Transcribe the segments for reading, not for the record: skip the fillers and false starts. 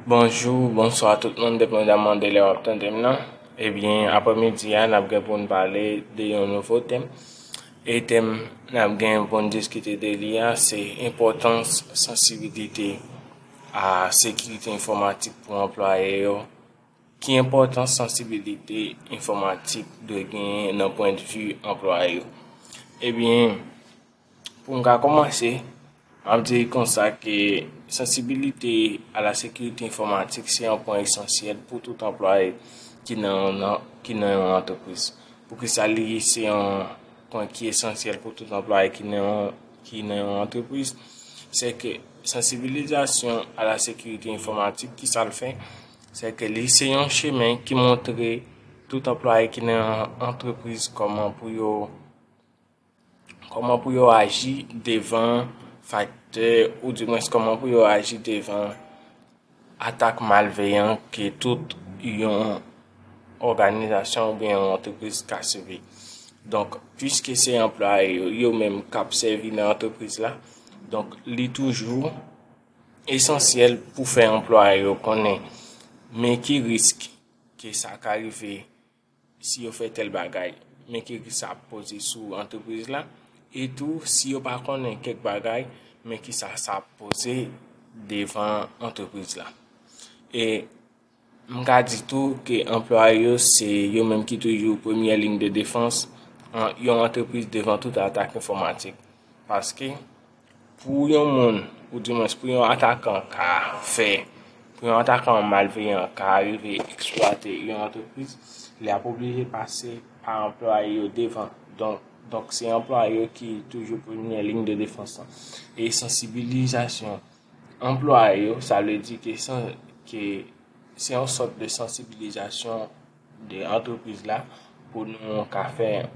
Bonjour, bonsoir tout le monde, dépendamment de l'heure maintenant. Eh bien, après-midi, nous avons pour nous parler de un nouveau thème. Et thème, nous avons pour nous discuter de l'IA, c'est l'importance, sensibilité à sécurité informatique pour employés. Qui importance, sensibilité informatique de gagner d'un point de vue employé. Eh bien, pour nous commencer, on dit comme ça que sensibilité à la sécurité informatique, c'est un point essentiel pour tout employé qui est dans une entreprise. Pour que ça lié, c'est un point qui est essentiel pour tout employé qui est dans une entreprise. C'est que sensibilisation à la sécurité informatique, qui ça le fait, c'est que c'est un chemin qui montre tout employé qui est dans une entreprise comment pour agir devant facteur ou du moins comment pour agir devant attaque malveillante que toute une organisation ou bien une entreprise a subi. Donc, puisque c'est employé, yo même cap servi dans l'entreprise là, donc il est toujours essentiel pour faire employé connaître mais qui risque que ça arrive si on fait tel bagage mais qui ça poser sous entreprise là et tout si on pas connaît quelque bagage mais qui ça poser devant entreprise là et m'ka dit tout que employé c'est eux même qui toujours première ligne de défense en une entreprise devant toute attaque informatique parce que pour un monde ou du moins pour un attaquant qui a fait pour un attaquant malveillant qui arrive à exploiter une entreprise, il est obligé de passer par employé devant. Donc c'est employé qui est toujours première ligne de défense. Et sensibilisation. Employé, ça veut dire que c'est une sorte de sensibilisation de l'entreprise là pour nous faire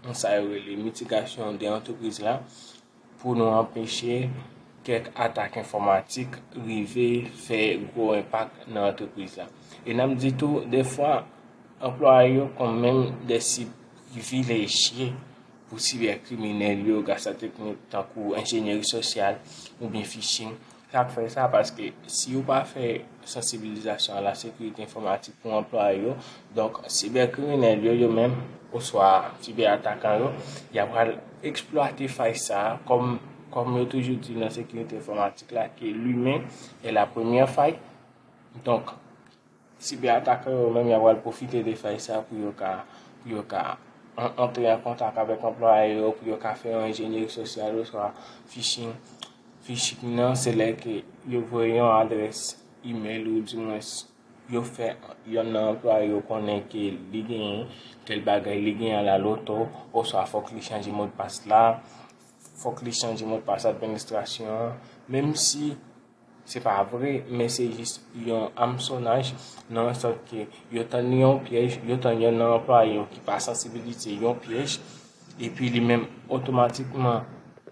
les mitigations des entreprises là pour nous empêcher quelques attaques informatiques arriver faire gros impact dans l'entreprise là. Et nous dit tout des fois employés quand même des sites privilégiés pour cybercriminels grâce à technique tant que ingénierie sociale ou bien phishing. Ça fait ça parce que si vous pas fait sensibilisation à la sécurité informatique pour employés, donc cybercriminels eux-mêmes ou soit cyberattaquants, ils vont exploiter faille ça comme je toujours dit dans la sécurité informatique là que l'humain est la première faille. Donc cyberattaquants eux-mêmes ils vont profiter de faille ça pour entrer en contact avec employés pour faire une ingénierie sociale ou soit phishing. Phishing non c'est là que vous voyez une adresse email ou du moins yo fait yon employé connaît que li gagne tel bagay li gagne à la loto ou soit faut qu'il change mot de passe là faut qu'il change mot de passe administration même si c'est pas vrai mais c'est juste un hameçonnage non sorte que yo tande un piège yo tande un employé qui pas sensibilité un piège et puis lui-même automatiquement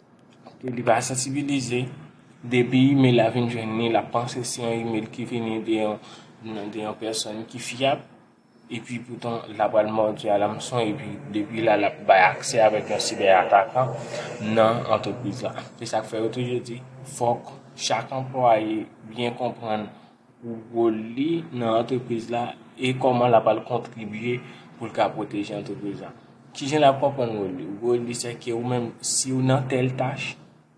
il va sensibiliser depuis email la vient joindre la pensée c'est un email qui vient d'une personne qui fiable et puis pourtant la balle mordue à l'hameçon et puis depuis là la accès avec un cyberattaquant dans l'entreprise là. C'est ça que fait toujours dit faut que chaque employé bien comprendre où lui dans l'entreprise là et comment la balle contribuer pour protéger l'entreprise là. Qui j'ai la comprendre où lui c'est que ou même si on a telle tâche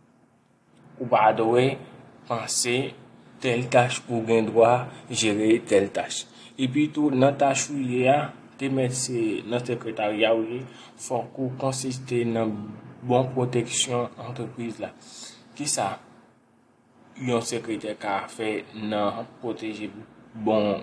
ou pas doit penser telle tâche ou bien droit gérer telle tâche et puis tout dans tâche où il y a te mettre c'est dans secrétariat où faut qu'on consiste dans bonne protection entreprise là qui ça un secrétaire qui a fait dans protéger bon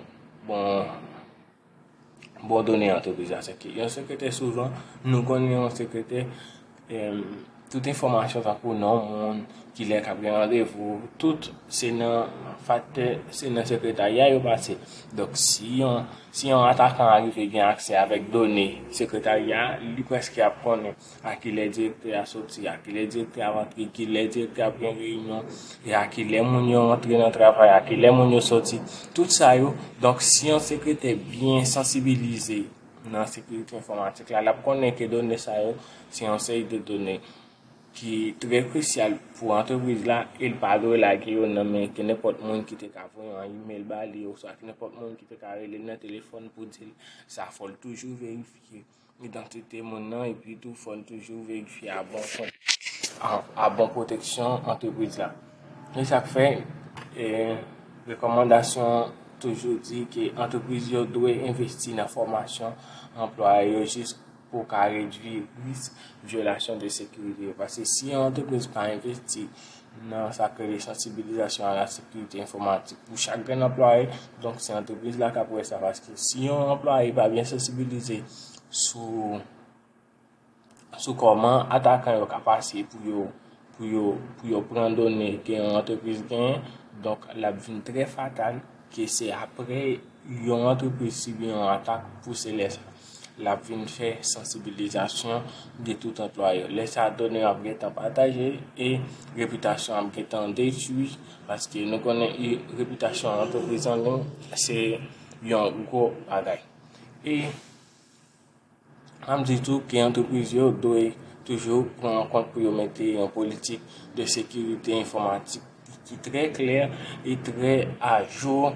donner entreprise là c'est que un secrétaire souvent nous connaissons un secrétaire toute information ça pour non monde qui les a pris rendez-vous tout c'est dans facteur c'est dans secrétariat yo passé donc si un attaquant arrive bien accès avec données secrétariat lui presque a connaît à qui les directeurs a sorti à qui les directeurs a rentré qui les directeurs a pris réunion et à qui les moun yo rentré dans travail à qui les moun yo sorti tout ça yo donc si un secrétaire bien sensibilisé dans la sécurité informatique là la connaît que données ça yo c'est un série de données qui est très crucial pour l'entreprise là, il pas de la mais que n'importe monde qui te envoyer un email balé ou soit n'importe monde qui te carré dans téléphone pour dire ça faut toujours vérifier l'identité mon nom et puis tout faut toujours vérifier à bon protection entreprise là. Et ça fait recommandation toujours dit que l'entreprise doit investir dans la formation employés juste pour réduire le risque de violation de sécurité. Parce que si l'entreprise pas investi dans sa sensibilisation à la sécurité informatique pour chaque employé, donc c'est l'entreprise là qui pourrait ça. Parce que si un employé pas bien sensibilisé sur comment attaquant est passer pour prendre données que l'entreprise gagne, donc la vie très fatale que c'est après une entreprise si bien en attaque pour se laisser la vie fait sensibilisation de tout employé. Laisse à donner en temps partagé et réputation en temps détruit parce que nous connaissons réputation entreprise en ligne, c'est un gros bagage. Et on dit tout que l'entreprise doit toujours prendre en compte pour mettre une politique de sécurité informatique qui est très claire et très à jour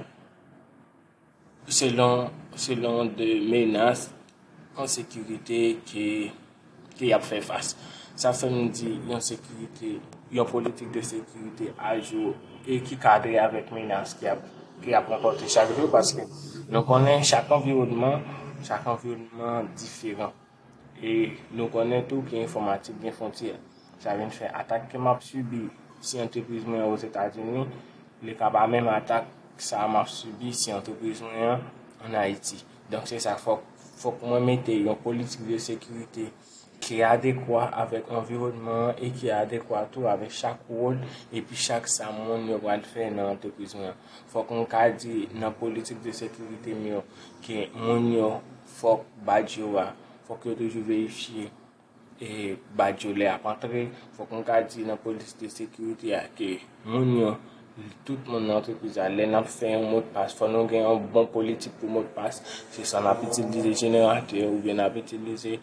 selon des menaces en sécurité qui a fait face. Ça fait me dire une politique de sécurité à jour et qui cadre avec menaces qui a comporté chaque jour parce que nous connaissons chaque environnement différent. Et nous connaissons tout qui est informatique bien frontière. Ça vient de faire attaque que m'a subi si entreprise aux États-Unis, les cas même attaque ça m'a subi si entreprise en Haïti. Donc c'est ça faut que moi mette une politique de sécurité qui est adéquat avec l'environnement et qui est adéquat tout avec chaque rôle et puis chaque samon nous va le faire dans l'entreprise. Faut qu'on dit dans la politique de sécurité que mon faut badge faut que toujours vérifier et badge les à entrer. Faut qu'on dit dans la politique de sécurité que mon tout mon entreprise a n'a fait un mot de passe. Faut nous gagner un bon politique pour mot de passe. C'est ça n'a pas utilisé générateur ou bien n'a pas utilisé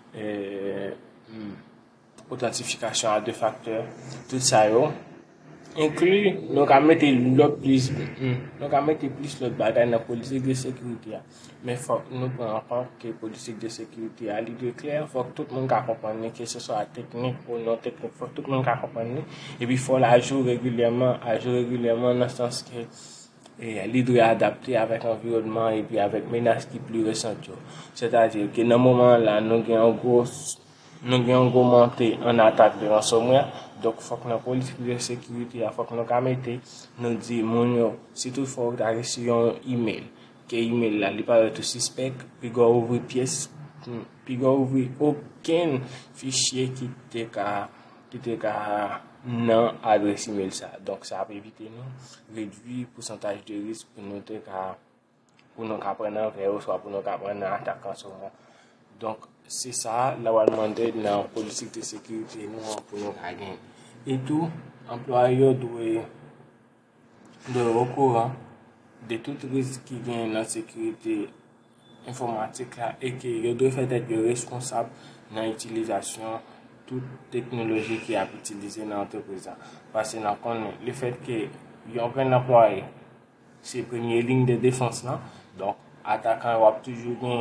authentification à deux facteurs. Tout ça inclut nous avons mettre l'autre plus l'autre bagaille dans la politique de sécurité. Mais faut nous prendre en compte que la politique de sécurité a l'idée claire. Faut que tout le monde comprenne que ce soit technique ou non technique. Faut que tout le monde comprenne. Et puis il faut la jouer régulièrement dans le sens que l'idée adapté avec l'environnement et puis avec menaces qui plus récentes. C'est-à-dire que dans le moment là nous avons un gros montée en attaque de ransomware. Donc il faut que la politique de sécurité, il faut que nous disons, si tout faut reçu un email, que email là, il paraît tout suspect, puis go ouvrir pièce, puis go ouvrir aucun fichier qui était non adresse email ça. Donc ça va éviter nous réduire le pourcentage de risque pour nous apprendre vers ou soit pour nous apprendre à attaquer ransomware. Donc c'est ça là on demander dans la politique de sécurité nous pour nous gagner. Et tout employeur doit au courant de tout risque qui vient dans la sécurité informatique là et que il doit faire être responsable dans l'utilisation toute technologie qui est utilisée dans l'entreprise. Parce que le fait que y a un employé c'est première ligne de défense là, donc attaquant va toujours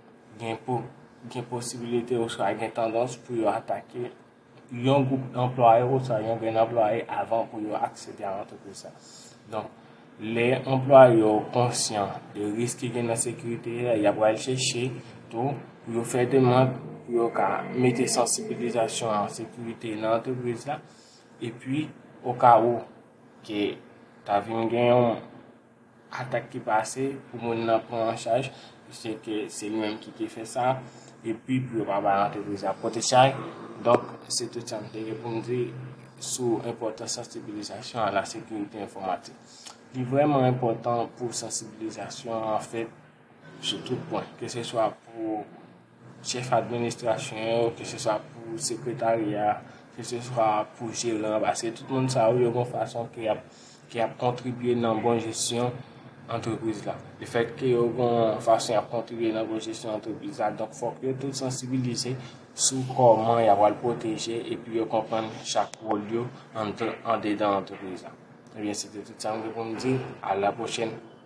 gain possibilité ou soit gain tendance pour attaquer un groupe d'employés ou soit un employé avant pour accéder à l'entreprise. Donc les employés conscients des risques qui dans la sécurité, ils vont aller chercher tout pour faire demande pour mettre sensibilisation en sécurité dans l'entreprise là et puis au cas où que tu as vu une attaque qui passe pour mon prendre en charge, c'est que c'est lui-même qui fait ça et puis pour pas l'entreprise à protéger. Donc c'est tout ça pour me dire sur l'importance de sensibilisation à la sécurité informatique. C'est vraiment important pour sensibilisation en fait sur tout point, que ce soit pour chef d'administration, que ce soit pour secrétariat, que ce soit pour gérant, parce que tout le monde sait qu'il y a une façon qui a contribué dans la bonne gestion entreprise là. Le fait que yo gon façon à contribuer dans la gestion entreprise là, donc faut que yo tout sensibiliser sur comment y avoir le protéger et puis yo comprendre chaque rôle yo en dedans entreprise là. Eh bien, c'était tout ça pour me dire. À la prochaine.